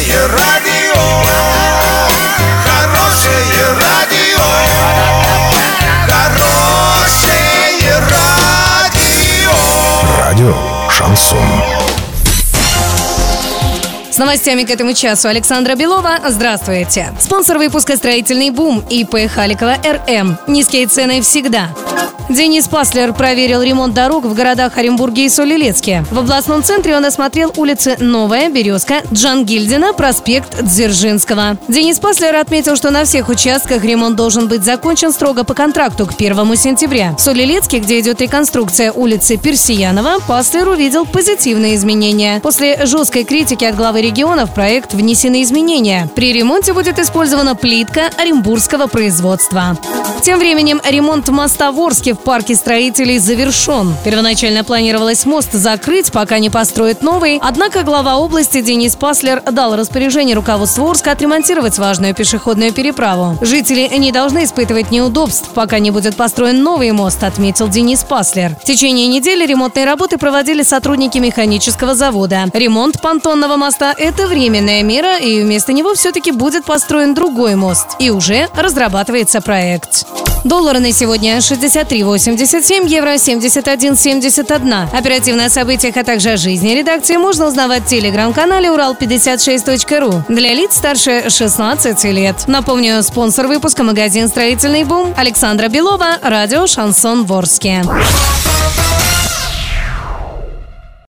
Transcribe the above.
Хорошее радио, хорошее радио, хорошее радио. Радио «Шансон». С новостями к этому часу Александра Белова. Здравствуйте. Спонсор выпуска «Строительный бум» ИП Халикова РМ. Низкие цены всегда. Денис Паслер проверил ремонт дорог в городах Оренбурге и Соль-Илецке. В областном центре он осмотрел улицы Новая, Березка, Джангильдина, проспект Дзержинского. Денис Паслер отметил, что на всех участках ремонт должен быть закончен строго по контракту к 1 сентября. В Соль-Илецке, где идет реконструкция улицы Персиянова, Паслер увидел позитивные изменения. После жесткой критики от главы региона в проект внесены изменения. При ремонте будет использована плитка оренбургского производства. Тем временем ремонт моста в Орске в парке строителей завершен. Первоначально планировалось мост закрыть, пока не построят новый. Однако глава области Денис Паслер дал распоряжение руководству Орска отремонтировать важную пешеходную переправу. Жители не должны испытывать неудобств, пока не будет построен новый мост, отметил Денис Паслер. В течение недели ремонтные работы проводили сотрудники механического завода. Ремонт понтонного моста – это временная мера, и вместо него все-таки будет построен другой мост. И уже разрабатывается проект. Доллары на сегодня 63,87, евро 71,71. Оперативно о событиях, а также о жизни редакции можно узнавать в телеграм-канале Урал56.ру для лиц старше 16 лет. Напомню, спонсор выпуска — магазин «Строительный бум». Александра Белова, радио «Шансон» в Орске.